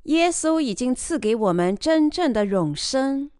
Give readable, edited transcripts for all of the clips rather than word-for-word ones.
耶稣已经赐给我们真正的永生。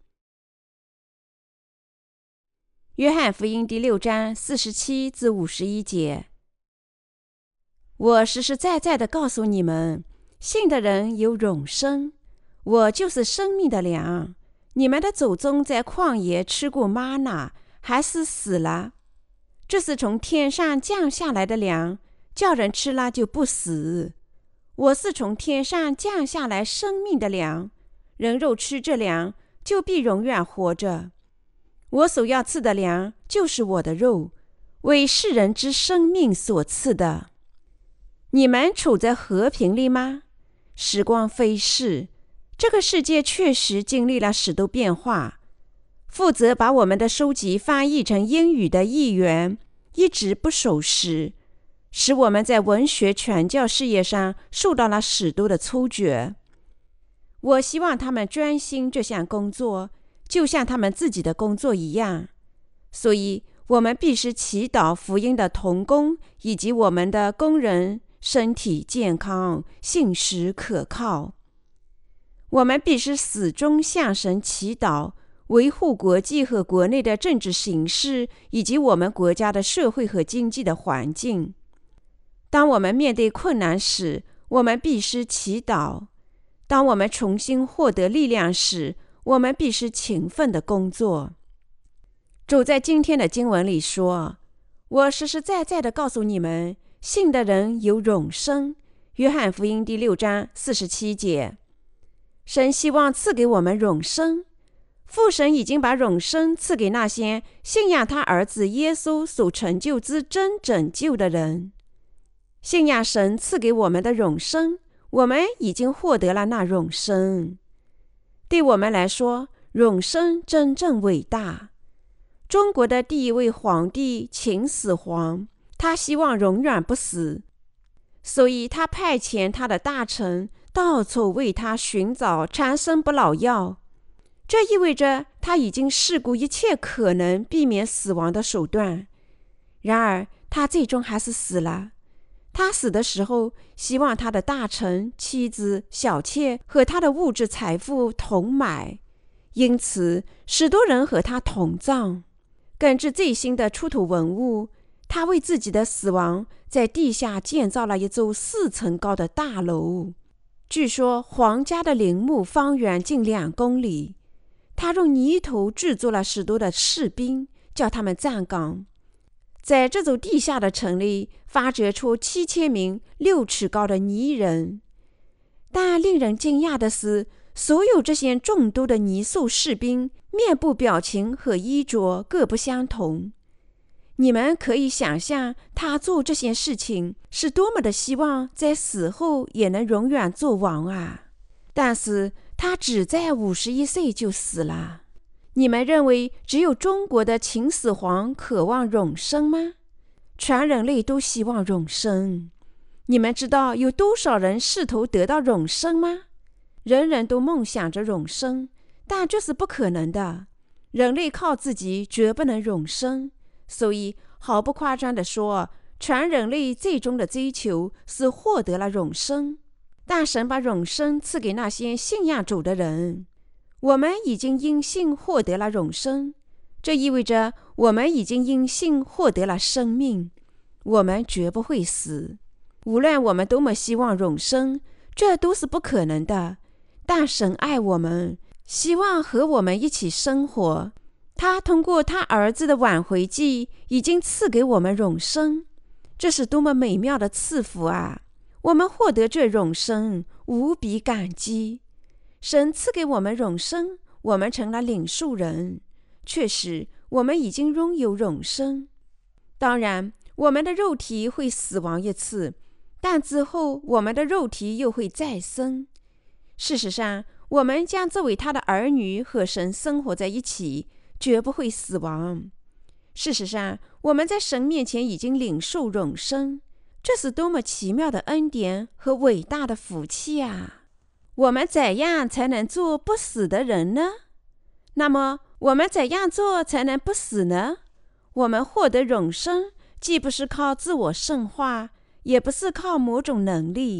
约翰福音第6章47至51节。我实实在在地告诉你们，信的人有永生。我就是生命的粮。你们的祖宗在旷野吃过吗哪，还是死了。这是从天上降下来的粮，叫人吃了就不死。我是从天上降下来生命的粮，人肉吃这粮，就必永远活着。我所要赐的粮，就是我的肉，为世人之生命所赐的。你们处在和平里吗？时光飞逝，这个世界确实经历了许多变化。负责把我们的书籍翻译成英语的议员一直不守时，使我们在文学传教事业上受到了许多的挫折。我希望他们专心这项工作，就像他们自己的工作一样。所以我们必须祈祷福音的同工以及我们的工人身体健康，信实可靠。我们必须始终向神祈祷，维护国际和国内的政治形势，以及我们国家的社会和经济的环境。当我们面对困难时，我们必须祈祷；当我们重新获得力量时，我们必须勤奋地工作。主在今天的经文里说：我实实在在地告诉你们，信的人有永生。约翰福音第6章47节。神希望赐给我们永生。父神已经把永生赐给那些信仰他儿子耶稣所成就之真拯救的人。信仰神赐给我们的永生，我们已经获得了那永生。对我们来说，永生真正伟大。中国的第一位皇帝秦始皇，他希望永远不死，所以他派遣他的大臣到处为他寻找长生不老药。这意味着他已经试过一切可能避免死亡的手段。然而他最终还是死了。他死的时候，希望他的大臣、妻子、小妾和他的物质财富同埋，因此许多人和他同葬。根据最新的出土文物，他为自己的死亡在地下建造了一座4层高的大楼。据说皇家的陵墓方圆近2公里。他用泥土制作了许多的士兵，叫他们站岗。在这座地下的城里发掘出7000名6尺高的泥人。但令人惊讶的是，所有这些众多的泥塑士兵面部表情和衣着各不相同。你们可以想象他做这些事情是多么的希望在死后也能永远做王啊！但是他只在51岁就死了。你们认为只有中国的秦始皇渴望永生吗？全人类都希望永生。你们知道有多少人试图得到永生吗？人人都梦想着永生，但这是不可能的。人类靠自己绝不能永生，所以毫不夸张地说，全人类最终的追求是获得了永生。但神把永生赐给那些信仰主的人。我们已经因信获得了永生，这意味着我们已经因信获得了生命。我们绝不会死。无论我们多么希望永生，这都是不可能的。但神爱我们，希望和我们一起生活。他通过他儿子的挽回祭，已经赐给我们永生。这是多么美妙的赐福啊！我们获得这永生，无比感激。神赐给我们永生，我们成了领受人。确实，我们已经拥有永生。当然，我们的肉体会死亡一次，但之后我们的肉体又会再生。事实上，我们将作为他的儿女和神生活在一起，绝不会死亡。事实上，我们在神面前已经领受永生。这是多么奇妙的恩典和伟大的福气啊！我们怎样才能做不死的人呢？那么我们怎样做才能不死呢？我们获得永生，既不是靠自我圣化，也不是靠某种能力，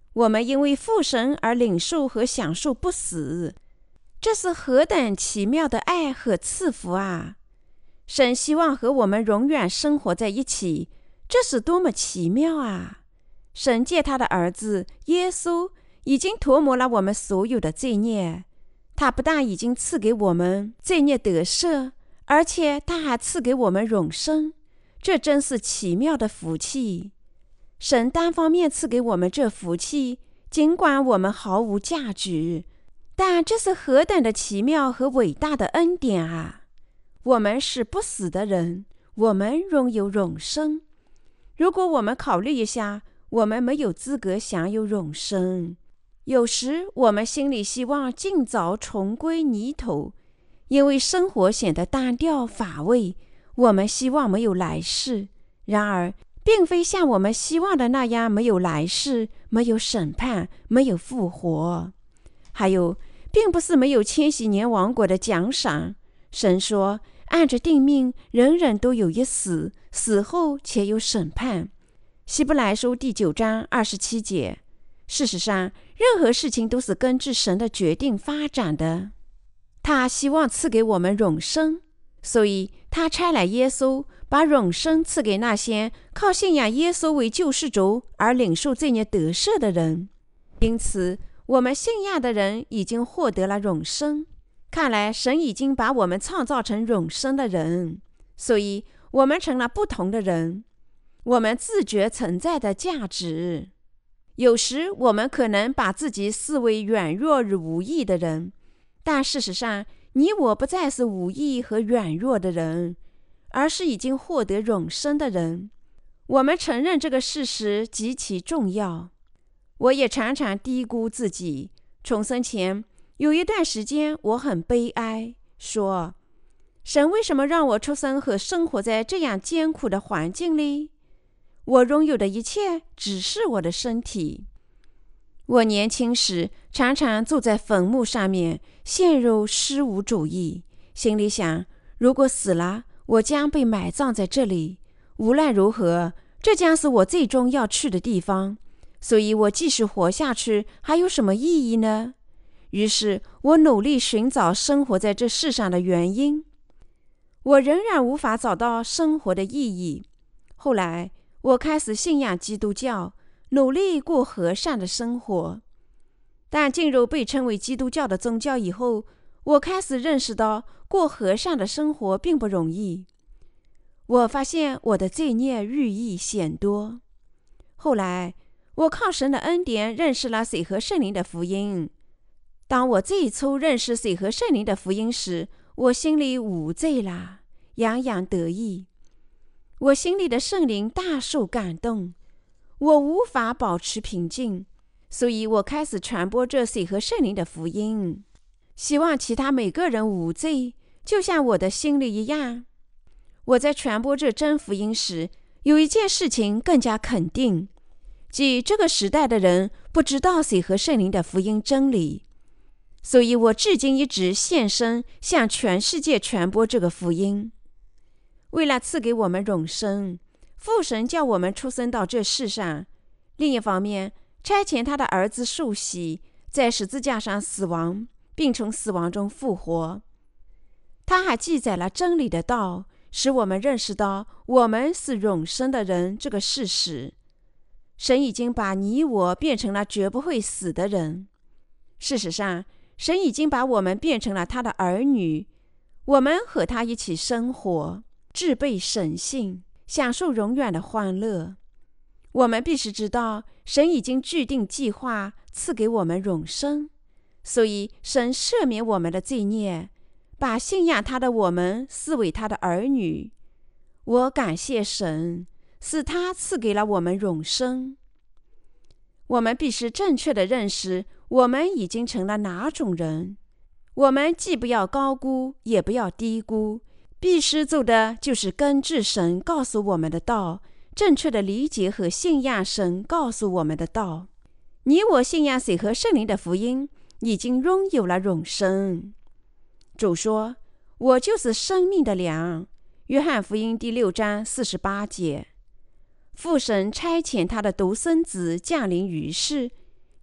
我们因为父神而领受和享受不死，这是何等奇妙的爱和赐福啊！神希望和我们永远生活在一起，这是多么奇妙啊！神借他的儿子耶稣已经涂抹了我们所有的罪孽，他不但已经赐给我们罪孽得赦，而且他还赐给我们永生，这真是奇妙的福气。神单方面赐给我们这福气，尽管我们毫无价值，但这是何等的奇妙和伟大的恩典啊！我们是不死的人，我们拥有永生。如果我们考虑一下，我们没有资格享有永生。有时我们心里希望尽早重归泥土，因为生活显得单调乏味，我们希望没有来世。然而并非像我们希望的那样没有来世，没有审判，没有复活。还有，并不是没有千禧年王国的奖赏。神说，按着定命，人人都有一死，死后且有审判。希伯来书第9章27节。事实上，任何事情都是根据神的决定发展的。他希望赐给我们永生，所以他差来耶稣，把永生赐给那些靠信仰耶稣为救世主而领受罪孽得赦的人。因此，我们信仰的人已经获得了永生。看来神已经把我们创造成永生的人，所以我们成了不同的人。我们自觉存在的价值。有时我们可能把自己视为软弱与无益的人，但事实上，你我不再是无益和软弱的人，而是已经获得永生的人。我们承认这个事实极其重要。我也常常低估自己。重生前有一段时间，我很悲哀，说：神为什么让我出生和生活在这样艰苦的环境里？我拥有的一切只是我的身体。我年轻时常常坐在坟墓上面，陷入虚无主义，心里想，如果死了，我将被埋葬在这里。无论如何，这将是我最终要去的地方，所以我继续活下去还有什么意义呢？于是我努力寻找生活在这世上的原因。我仍然无法找到生活的意义。后来我开始信仰基督教，努力过和善的生活。但进入被称为基督教的宗教以后，我开始认识到过和善的生活并不容易。我发现我的罪孽日益显多。后来我靠神的恩典认识了水和圣灵的福音。当我最初认识水和圣灵的福音时，我心里无罪了，洋洋得意。我心里的圣灵大受感动，我无法保持平静，所以我开始传播这水和圣灵的福音，希望其他每个人无罪，就像我的心里一样。我在传播这真福音时，有一件事情更加肯定，即这个时代的人不知道水和圣灵的福音真理，所以我至今一直献身向全世界传播这个福音。为了赐给我们永生，父神叫我们出生到这世上。另一方面，差遣他的儿子受洗，在十字架上死亡，并从死亡中复活。他还记载了真理的道，使我们认识到我们是永生的人这个事实。神已经把你我变成了绝不会死的人。事实上，神已经把我们变成了他的儿女，我们和他一起生活，制备神性，享受永远的欢乐。我们必须知道，神已经制定计划赐给我们永生，所以神赦免我们的罪孽，把信仰他的我们视为他的儿女。我感谢神，是他赐给了我们永生。我们必须正确地认识我们已经成了哪种人。我们既不要高估，也不要低估，必须做的就是根据神告诉我们的道，正确的理解和信仰神告诉我们的道。你我信仰水和圣灵的福音，已经拥有了永生。主说，我就是生命的粮。约翰福音第6章48节。父神差遣他的独生子降临于世，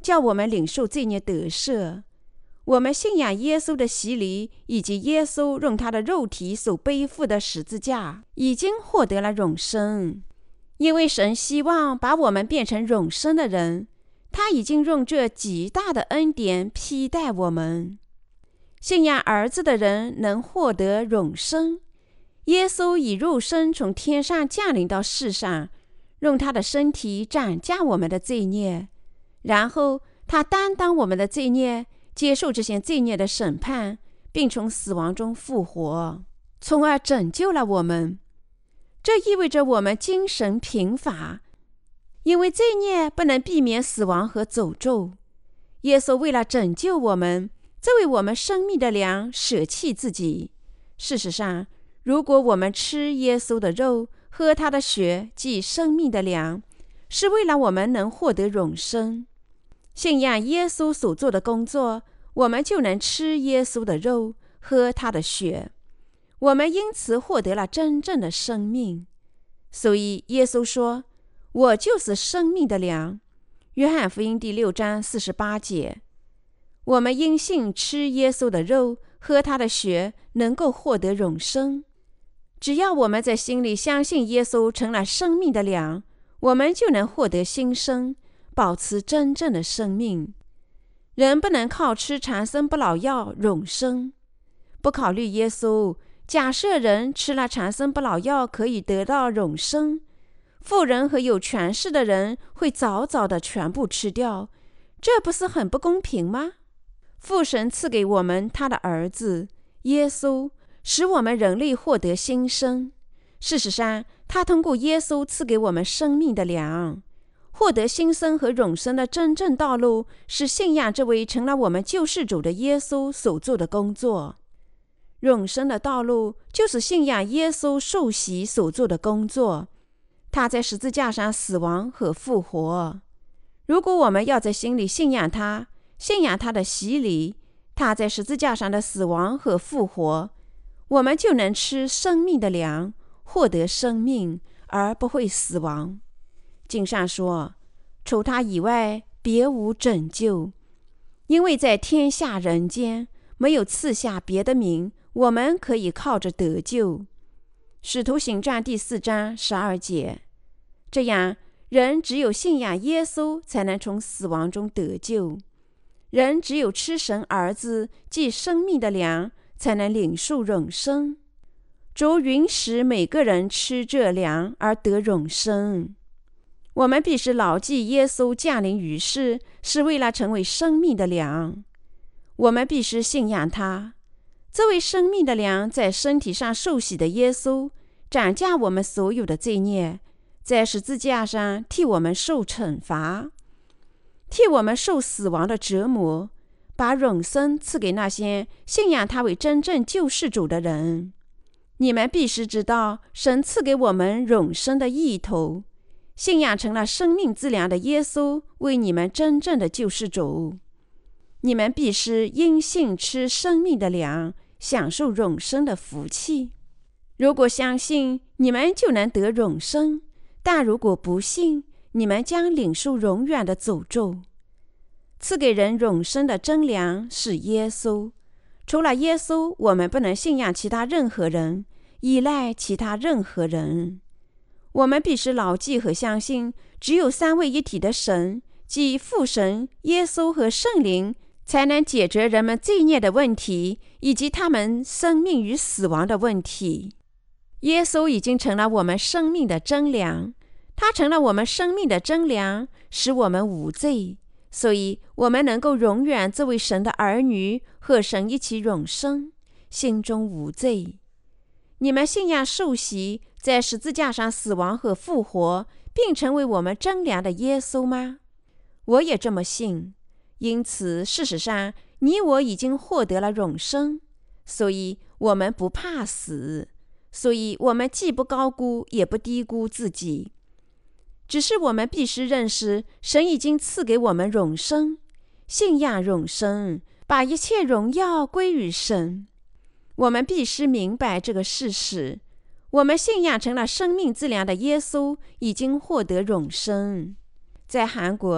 叫我们领受罪孽得赦。我们信仰耶稣的洗礼，以及耶稣用他的肉体所背负的十字架，已经获得了永生。因为神希望把我们变成永生的人，他已经用这极大的恩典披戴我们。信仰儿子的人能获得永生。耶稣以肉身从天上降临到世上，用他的身体斩价我们的罪孽，然后他担当我们的罪孽，接受这些罪孽的审判，并从死亡中复活，从而拯救了我们。这意味着我们精神贫乏，因为罪孽不能避免死亡和诅咒。耶稣为了拯救我们，这为我们生命的粮舍弃自己。事实上，如果我们吃耶稣的肉，喝他的血，即生命的粮，是为了我们能获得永生。信仰耶稣所做的工作，我们就能吃耶稣的肉，喝他的血。我们因此获得了真正的生命。所以耶稣说，我就是生命的粮。约翰福音第6章48节。我们因信吃耶稣的肉，喝他的血，能够获得永生。只要我们在心里相信耶稣成了生命的粮，我们就能获得新生，保持真正的生命。人不能靠吃长生不老药永生。不考虑耶稣，假设人吃了长生不老药可以得到永生，富人和有权势的人会早早的全部吃掉，这不是很不公平吗？父神赐给我们他的儿子耶稣，使我们人类获得新生。事实上，他通过耶稣赐给我们生命的粮。获得新生和永生的真正道路，是信仰这位成了我们救世主的耶稣所做的工作。永生的道路就是信仰耶稣受洗所做的工作，他在十字架上死亡和复活。如果我们要在心里信仰他，信仰他的洗礼，他在十字架上的死亡和复活，我们就能吃生命的粮，获得生命，而不会死亡。经上说，除他以外别无拯救，因为在天下人间没有赐下别的名，我们可以靠着得救。使徒行传第4章12节。这样，人只有信仰耶稣，才能从死亡中得救。人只有吃神儿子即生命的粮，才能领受永生。主允许每个人吃这粮而得永生。我们必须牢记耶稣降临于世，是为了成为生命的粮。我们必须信仰他。这位生命的粮在身体上受洗的耶稣，斩价我们所有的罪孽，在十字架上替我们受惩罚，替我们受死亡的折磨，把永生赐给那些信仰他为真正救世主的人。你们必须知道神赐给我们永生的意图，信仰成了生命之粮的耶稣为你们真正的救世主。你们必须因信吃生命的粮，享受永生的福气。如果相信，你们就能得永生；但如果不信，你们将领受永远的诅咒。赐给人永生的真粮是耶稣。除了耶稣，我们不能信仰其他任何人，依赖其他任何人。我们必须牢记和相信，只有三位一体的神，即父神、耶稣和圣灵，才能解决人们罪孽的问题，以及他们生命与死亡的问题。耶稣已经成了我们生命的真粮，他成了我们生命的真粮，使我们无罪。所以我们能够永远作为神的儿女，和神一起永生，心中无罪。你们信仰受洗，在十字架上死亡和复活，并成为我们真粮的耶稣吗？我也这么信。因此，事实上，你我已经获得了永生，所以我们不怕死，所以我们既不高估，也不低估自己。只是我们必须认识，神已经赐给我们永生，信仰永生，把一切荣耀归于神。我们必须明白这个事实：我们信仰成了生命之粮的耶稣，已经获得永生。在韩国，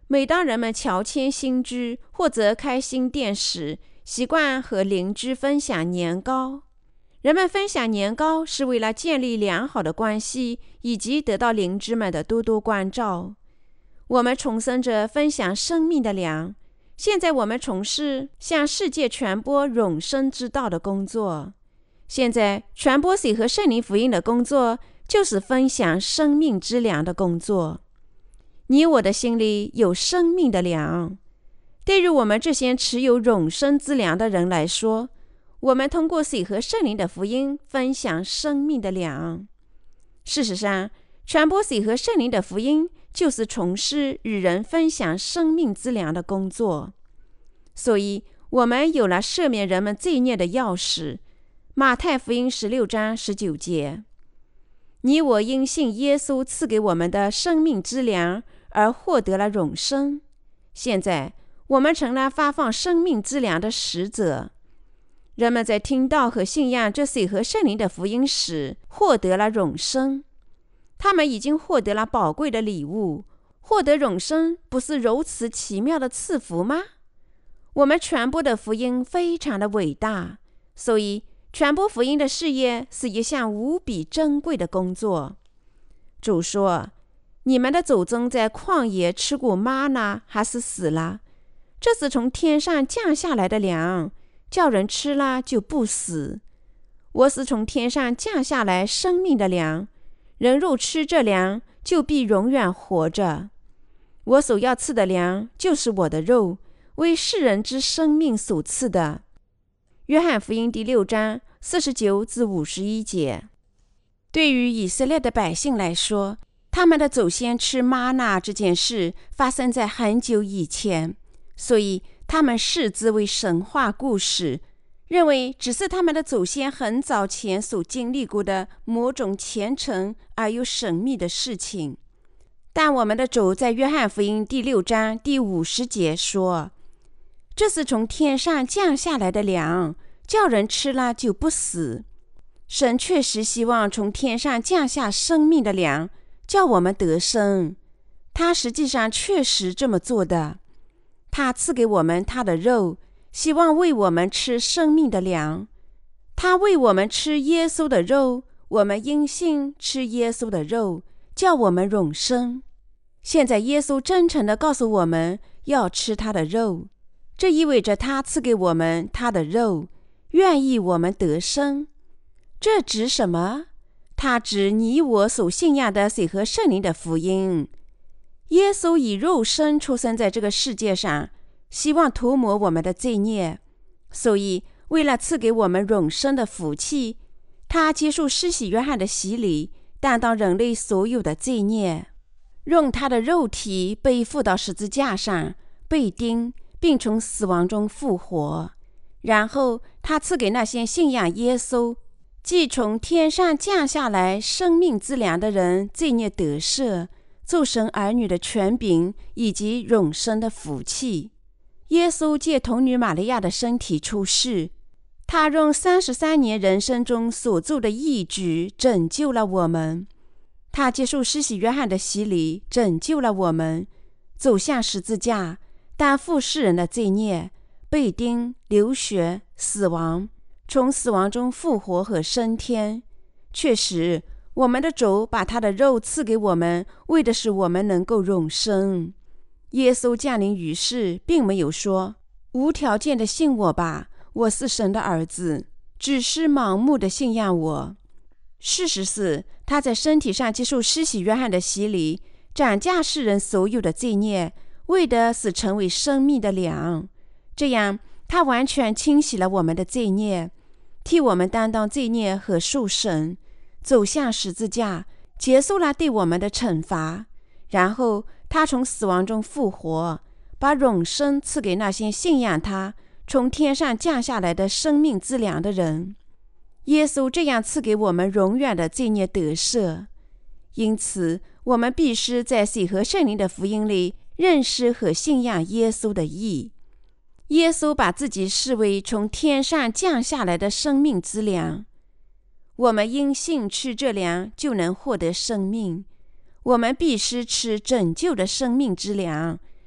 每当人们乔迁新居或者开新店时，习惯和邻居分享年糕。人们分享年糕是为了建立良好的关系，以及得到邻居们的多多关照。我们重生着分享生命的粮。现在我们从事向世界传播永生之道的工作。现在传播水和圣灵福音的工作，就是分享生命之粮的工作。你我的心里有生命的粮。对于我们这些持有永生之粮的人来说，我们通过水和圣灵的福音分享生命的粮。事实上，传播水和圣灵的福音就是从事与人分享生命之粮的工作。所以我们有了赦免人们罪孽的钥匙。马太福音16章19节，你我因信耶稣赐给我们的生命之粮而获得了永生。现在我们成了发放生命之粮的使者。人们在听到和信仰这水和圣灵的福音时，获得了永生。他们已经获得了宝贵的礼物。获得永生不是如此奇妙的赐福吗？我们传播的福音非常的伟大，所以传播福音的事业是一项无比珍贵的工作。主说，你们的祖宗在旷野吃过吗哪，还是死了？这是从天上降下来的粮，叫人吃了就不死。我是从天上降下来生命的粮，人若吃这粮，就必永远活着。我所要赐的粮，就是我的肉，为世人之生命所赐的。约翰福音第6章49至51节。对于以色列的百姓来说，他们的祖先吃吗哪这件事发生在很久以前，所以他们视之为神话故事，认为只是他们的祖先很早前所经历过的某种虔诚而又神秘的事情。但我们的主在约翰福音第6章第50节说，这是从天上降下来的粮，叫人吃了就不死。神确实希望从天上降下生命的粮，叫我们得生。他实际上确实这么做的。他赐给我们他的肉，希望为我们吃生命的粮。他为我们吃耶稣的肉，我们因信吃耶稣的肉，叫我们永生。现在耶稣真诚地告诉我们要吃他的肉，这意味着他赐给我们他的肉，愿意我们得生。这指什么？它指你我所信仰的水和圣灵的福音。耶稣以肉身出生在这个世界上，希望涂抹我们的罪孽，所以为了赐给我们永生的福气，他接受施洗约翰的洗礼，担当人类所有的罪孽，用他的肉体背负到十字架上，被钉，并从死亡中复活。然后他赐给那些信仰耶稣，即从天上降下来生命之粮的人罪孽得赦，做神儿女的权柄以及永生的福气。耶稣借童女玛利亚的身体出世，他用33年人生中所做的义举拯救了我们。他接受施洗约翰的洗礼，拯救了我们，走向十字架，担负世人的罪孽，被钉、流血、死亡，从死亡中复活和升天。确实，我们的主把他的肉赐给我们，为的是我们能够永生。耶稣降临于世，并没有说无条件的信我吧，我是神的儿子，只是盲目的信仰我。事实是，他在身体上接受施洗约翰的洗礼，斩价世人所有的罪孽，为的是成为生命的粮。这样他完全清洗了我们的罪孽，替我们担当罪孽和受审，走向十字架，结束了对我们的惩罚。然后他从死亡中复活，把永生赐给那些信仰他从天上降下来的生命之粮的人。耶稣这样赐给我们永远的罪孽得赦。因此我们必须在水和圣灵的福音里认识和信仰耶稣的义。耶稣把自己视为从天上降下来的生命之粮，我们因信吃这粮就能获得生命。我们必须吃拯救的生命之粮，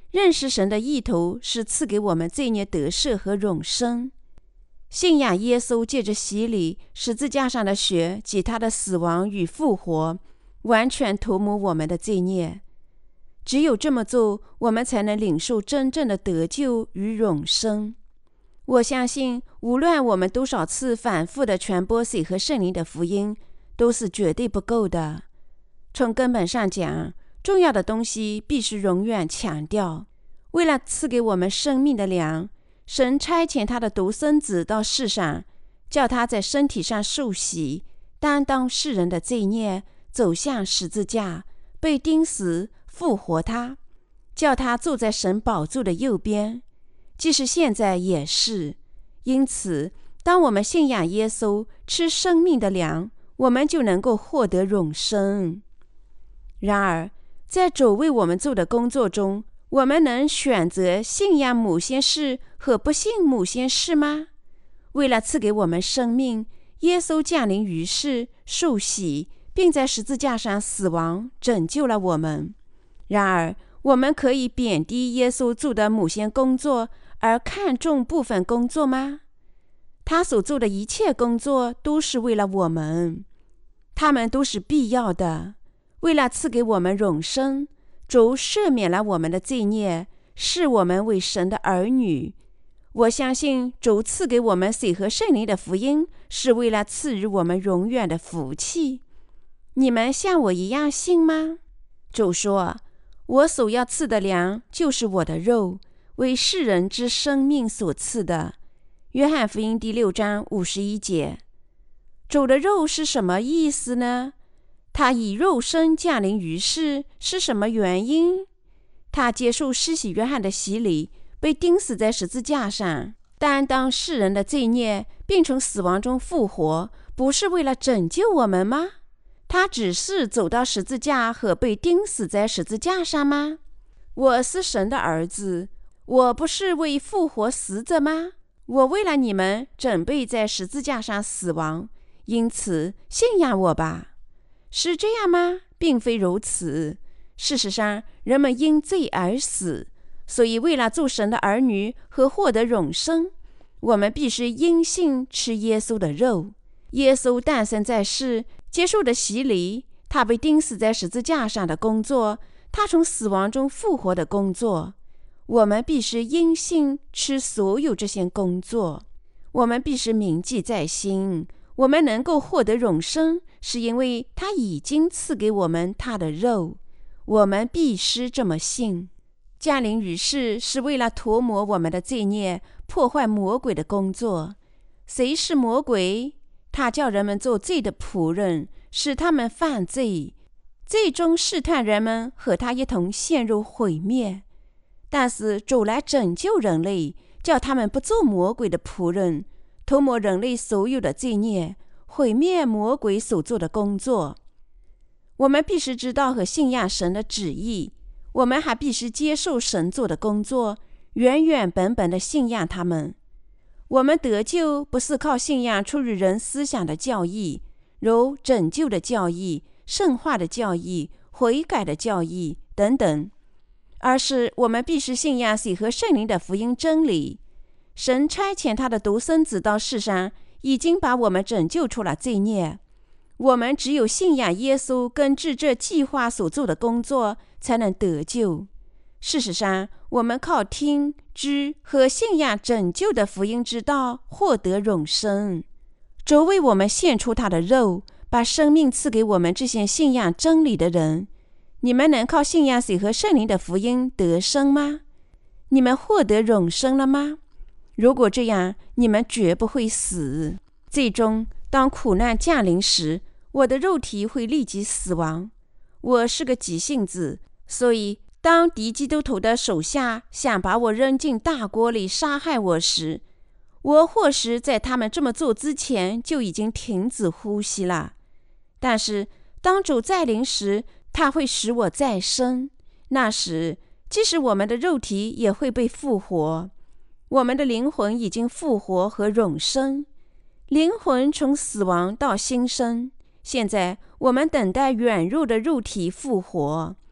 认识神的意图是赐给我们罪孽得赦和永生。信仰耶稣借着洗礼、十字架上的血及他的死亡与复活，完全涂抹我们的罪孽。只有这么做，我们才能领受真正的得救与永生。我相信，无论我们多少次反复地传播水和圣灵的福音，都是绝对不够的。从根本上讲，重要的东西必须永远强调。为了赐给我们生命的粮，神差遣他的独生子到世上，叫他在身体上受洗，担当世人的罪孽，走向十字架，被钉死，复活他，叫他坐在神宝座的右边，即使现在也是。因此，当我们信仰耶稣，吃生命的粮，我们就能够获得永生。然而，在主为我们做的工作中，我们能选择信仰某些事和不信某些事吗？为了赐给我们生命，耶稣降临于世，受洗，并在十字架上死亡，拯救了我们。然而，我们可以贬低耶稣做的某些工作，而看重部分工作吗？他所做的一切工作都是为了我们，他们都是必要的。为了赐给我们永生，主赦免了我们的罪孽，视我们为神的儿女。我相信主赐给我们水和圣灵的福音，是为了赐予我们永远的福气。你们像我一样信吗？主说，我所要赐的粮就是我的肉，为世人之生命所赐的。约翰福音第6章51节。主的肉是什么意思呢？他以肉身降临于世是什么原因？他接受施洗约翰的洗礼，被钉死在十字架上，担当世人的罪孽，并从死亡中复活，不是为了拯救我们吗？他只是走到十字架和被钉死在十字架上吗？我是神的儿子，我不是为复活死者吗？我为了你们准备在十字架上死亡，因此信仰我吧。是这样吗？并非如此。事实上，人们因罪而死，所以为了做神的儿女和获得永生，我们必须因信吃耶稣的肉。耶稣诞生在世，接受的洗礼，他被钉死在十字架上的工作，他从死亡中复活的工作，我们必须因信吃所有这些工作。我们必须铭记在心，我们能够获得永生，是因为他已经赐给我们他的肉。我们必须这么信。降临于世是为了涂抹我们的罪孽，破坏魔鬼的工作。谁是魔鬼？他叫人们做罪的仆人，使他们犯罪，最终试探人们和他一同陷入毁灭。但是主来拯救人类，叫他们不做魔鬼的仆人，涂抹人类所有的罪孽，毁灭魔鬼所做的工作。我们必须知道和信仰神的旨意，我们还必须接受神做的工作，原原本本的信仰他们。我们得救不是靠信仰出于人思想的教义，如拯救的教义、圣化的教义、悔改的教义等等，而是我们必须信仰水和圣灵的福音真理。神差遣他的独生子到世上，已经把我们拯救出了罪孽。我们只有信仰耶稣根据这计划所做的工作，才能得救。事实上，我们靠听、知和信仰拯救的福音之道获得永生。主为我们献出他的肉，把生命赐给我们这些信仰真理的人。你们能靠信仰水和圣灵的福音得生吗？你们获得永生了吗？如果这样，你们绝不会死。最终，当苦难降临时，我的肉体会立即死亡。我是个急性子，所以当敌基督徒的手下想把我扔进大锅里杀害我时，我或许在他们这么做之前就已经停止呼吸了。但是当主再临时，他会使我再生。那时，即使我们的肉体也会被复活。我们的灵魂已经复活和永生，灵魂从死亡到新生。现在我们等待软弱的肉体复活。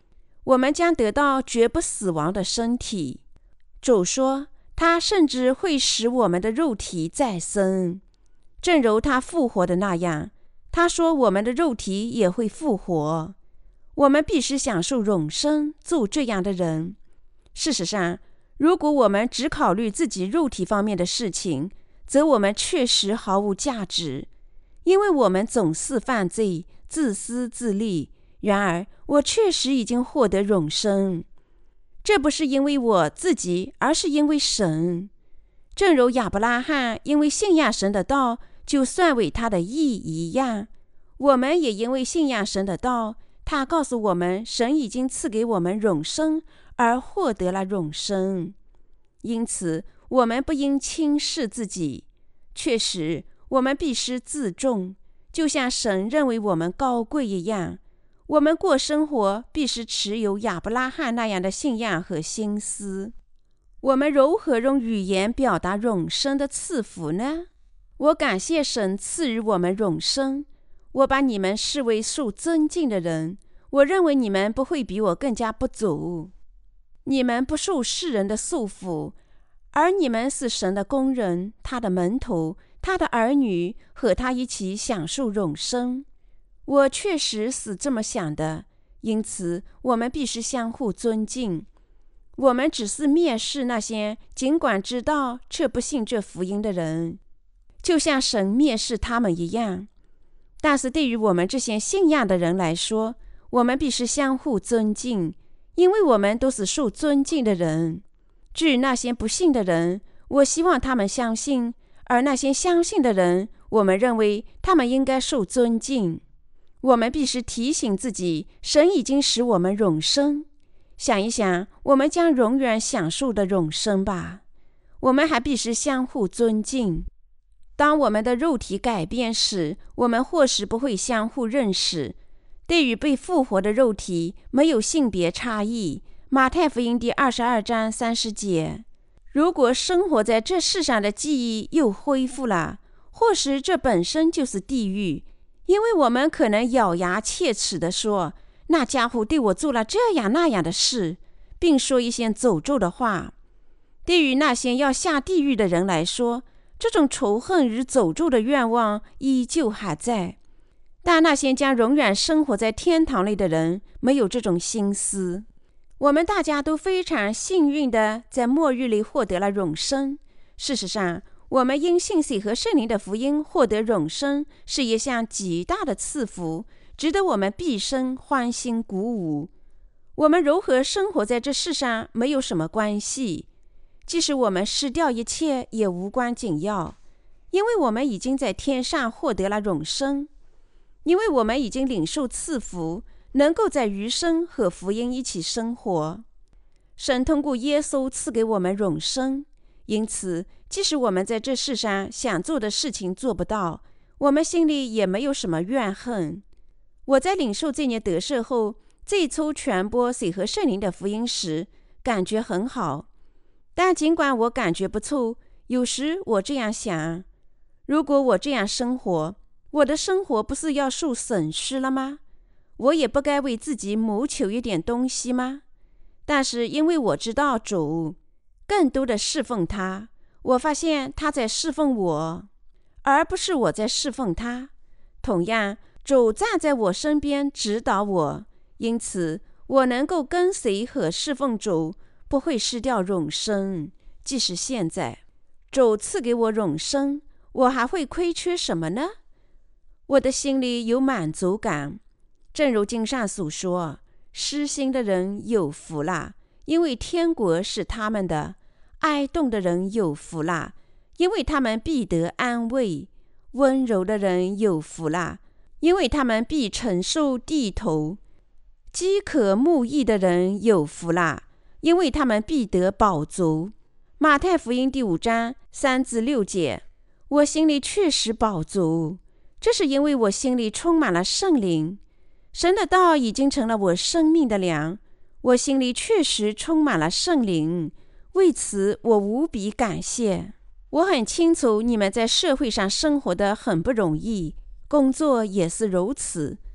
我们将得到绝不死亡的身体。主说，他甚至会使我们的肉体再生，正如他复活的那样。他说我们的肉体也会复活。我们必须享受永生，做这样的人。事实上，如果我们只考虑自己肉体方面的事情，则我们确实毫无价值，因为我们总是犯罪，自私自利。然而，我确实已经获得永生，这不是因为我自己，而是因为神。正如亚伯拉罕因为信仰神的道，就算为他的义一样，我们也因为信仰神的道，他告诉我们，神已经赐给我们永生，而获得了永生。因此，我们不应轻视自己。确实，我们必须自重，就像神认为我们高贵一样。我们过生活必须持有亚伯拉罕那样的信仰和心思。我们如何用语言表达永生的赐福呢？我感谢神赐予我们永生。我把你们视为受尊敬的人。我认为你们不会比我更加不足。你们不受世人的束缚，而你们是神的工人，他的门徒，他的儿女，和他一起享受永生。我确实是这么想的，因此我们必须相互尊敬。我们只是蔑视那些尽管知道却不信这福音的人，就像神蔑视他们一样。但是对于我们这些信仰的人来说，我们必须相互尊敬，因为我们都是受尊敬的人。至于那些不信的人，我希望他们相信，而那些相信的人，我们认为他们应该受尊敬。我们必须提醒自己，神已经使我们永生。想一想，我们将永远享受的永生吧。我们还必须相互尊敬。当我们的肉体改变时，我们或许不会相互认识。对于被复活的肉体，没有性别差异。马太福音第22章30节。如果生活在这世上的记忆又恢复了，或许这本身就是地狱。因为我们可能咬牙切齿地说，那家伙对我做了这样那样的事，并说一些诅咒的话。对于那些要下地狱的人来说，这种仇恨与诅咒的愿望依旧还在。但那些将永远生活在天堂里的人，没有这种心思。我们大家都非常幸运地在末日里获得了永生。事实上，我们因信水和圣灵的福音获得永生，是一项极大的赐福，值得我们毕生欢欣鼓舞。我们如何生活在这世上没有什么关系，即使我们失掉一切也无关紧要，因为我们已经在天上获得了永生，因为我们已经领受赐福，能够在余生和福音一起生活。神通过耶稣赐给我们永生，因此即使我们在这世上想做的事情做不到，我们心里也没有什么怨恨。我在领受这年得赦后，最初传播水和圣灵的福音时，感觉很好。但尽管我感觉不错，有时我这样想，如果我这样生活，我的生活不是要受损失了吗？我也不该为自己谋求一点东西吗？但是因为我知道主，更多的侍奉他，我发现他在侍奉我，而不是我在侍奉他。同样，主站在我身边指导我，因此我能够跟随和侍奉主，不会失掉永生。即使现在主赐给我永生，我还会亏缺什么呢？我的心里有满足感。正如经上所说，失心的人有福啦，因为天国是他们的；哀恸的人有福啦，因为他们必得安慰；温柔的人有福啦，因为他们必承受地头；饥渴慕义的人有福啦，因为他们必得饱足。马太福音第5章3至6节。我心里确实饱足，这是因为我心里充满了圣灵。神的道已经成了我生命的粮，我心里确实充满了圣灵，为此我无比感谢。我很清楚你们在社会上生活得很不容易，工作也是如此，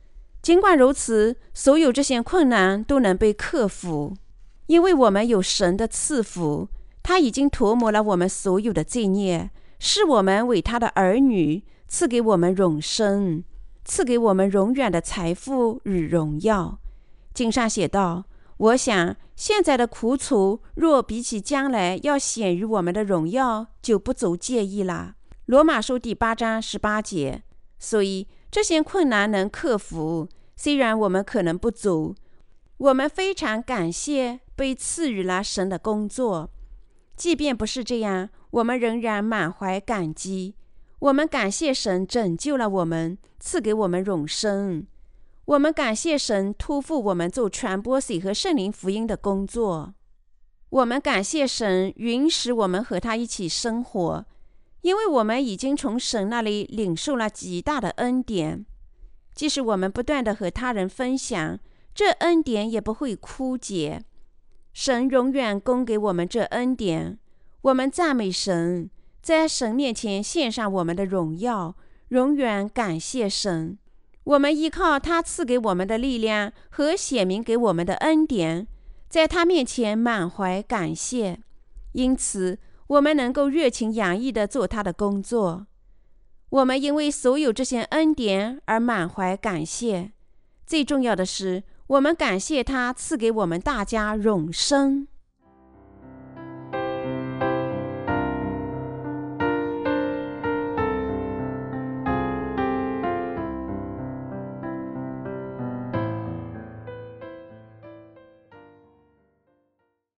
尽管如此，所有这些困难都能被克服，因为我们有神的赐福，他已经涂抹了我们所有的罪孽，使我们为他的儿女，赐给我们永生，赐给我们永远的财富与荣耀。经上写道，我想现在的苦楚若比起将来要显于我们的荣耀，就不足介意了。罗马书第8章18节。所以这些困难能克服，虽然我们可能不足，我们非常感谢被赐予了神的工作。即便不是这样，我们仍然满怀感激。我们感谢神拯救了我们，赐给我们永生。我们感谢神托付我们做传播水和圣灵福音的工作。我们感谢神允许我们和他一起生活，因为我们已经从神那里领受了极大的恩典。即使我们不断地和他人分享，这恩典也不会枯竭。神永远供给我们这恩典。我们赞美神，在神面前献上我们的荣耀，永远感谢神。我们依靠他赐给我们的力量和显明给我们的恩典，在他面前满怀感谢。因此我们能够热情洋溢地做他的工作。我们因为所有这些恩典而满怀感谢。最重要的是，我们感谢他赐给我们大家永生。